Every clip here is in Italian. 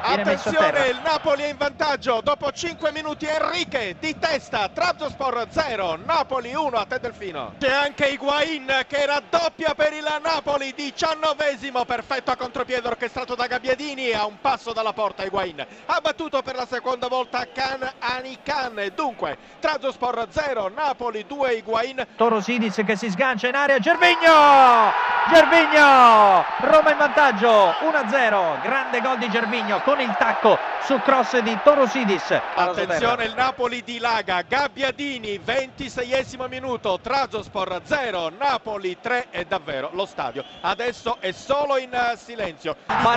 Viene messo a terra. Attenzione, il Napoli è in vantaggio dopo 5 minuti. Enrique di testa, Trabzonspor 0, Napoli 1. A te Delfino. C'è anche Higuain che raddoppia per il Napoli, 19esimo, perfetto a contropiede orchestrato da Gabbiadini, a un passo dalla porta. Higuain ha battuto per la seconda volta Can Anikan. Dunque Trabzonspor 0, Napoli 2. Higuain. Torosidis che si sgancia in area, Gervinho, Roma in vantaggio 1-0, grande gol di Gervinho con il tacco su cross di Torosidis. Attenzione, il Napoli dilaga, Gabbiadini, 26esimo minuto, Trabzonspor 0, Napoli 3. E davvero lo stadio adesso è solo in silenzio.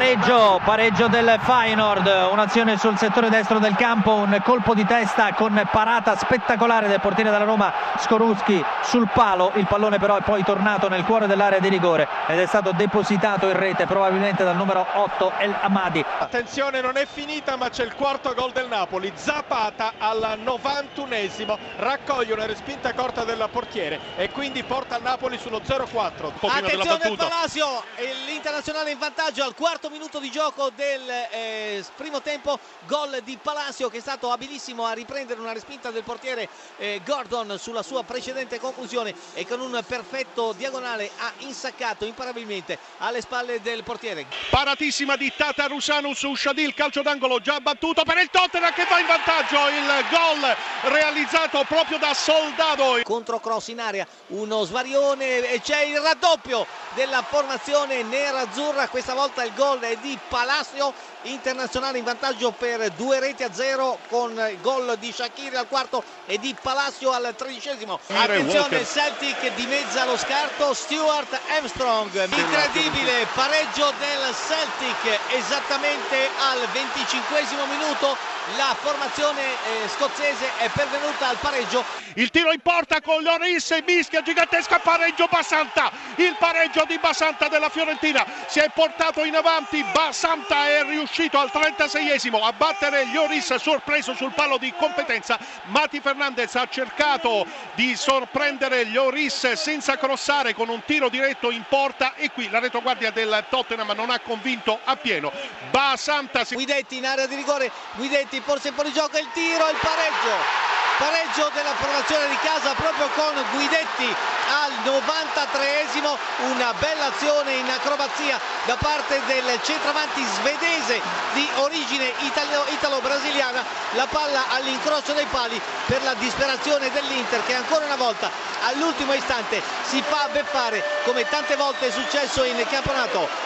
Pareggio del Feyenoord, un'azione sul settore destro del campo, un colpo di testa con parata spettacolare del portiere della Roma Skorupski sul palo. Il pallone però è poi tornato nel cuore dell'area di rigore ed è stato depositato in rete probabilmente dal numero 8 El Amadi. Attenzione, non è finita, ma c'è il quarto gol del Napoli. Zapata al 91esimo raccoglie una respinta corta del portiere e quindi porta il Napoli sullo 0-4. Attenzione Palacio, l'internazionale in vantaggio al quarto minuto di gioco del primo tempo. Gol di Palacio che è stato abilissimo a riprendere una respinta del portiere Gordon sulla sua precedente conclusione e con un perfetto diagonale ha insaccato imparabilmente alle spalle del portiere. Paratissima di Tatarusanu su Shadil, calcio d'angolo già battuto per il Tottenham che va in vantaggio. Il gol realizzato proprio da Soldado. Contro cross in area, uno svarione e c'è il raddoppio della formazione nerazzurra. Questa volta il gol è di Palacio, internazionale in vantaggio per 2-0 con il gol di Shaqiri al quarto e di Palacio al 13esimo. Attenzione, il Celtic dimezza lo scarto, Stuart Armstrong, incredibile pareggio del Celtic esattamente al 25esimo minuto. La formazione scozzese è pervenuta al pareggio. Il tiro in porta con Lloris e mischia gigantesca, pareggio Basanta, il pareggio di Basanta della Fiorentina, si è portato in avanti, Basanta è riuscito al 36esimo a battere Lloris sorpreso sul palo di competenza. Mati Fernandez ha cercato di sorprendere Lloris senza crossare con un tiro diretto in porta e qui la retroguardia del Tottenham non ha convinto appieno. Basanta Guidetti in area di rigore, Guidetti forse fuori gioco, il tiro, il pareggio della formazione di casa proprio con Guidetti al 93esimo. Una bella azione in acrobazia da parte del centravanti svedese di origine italo-brasiliana. La palla all'incrocio dei pali per la disperazione dell'Inter che ancora una volta all'ultimo istante si fa beffare come tante volte è successo in campionato.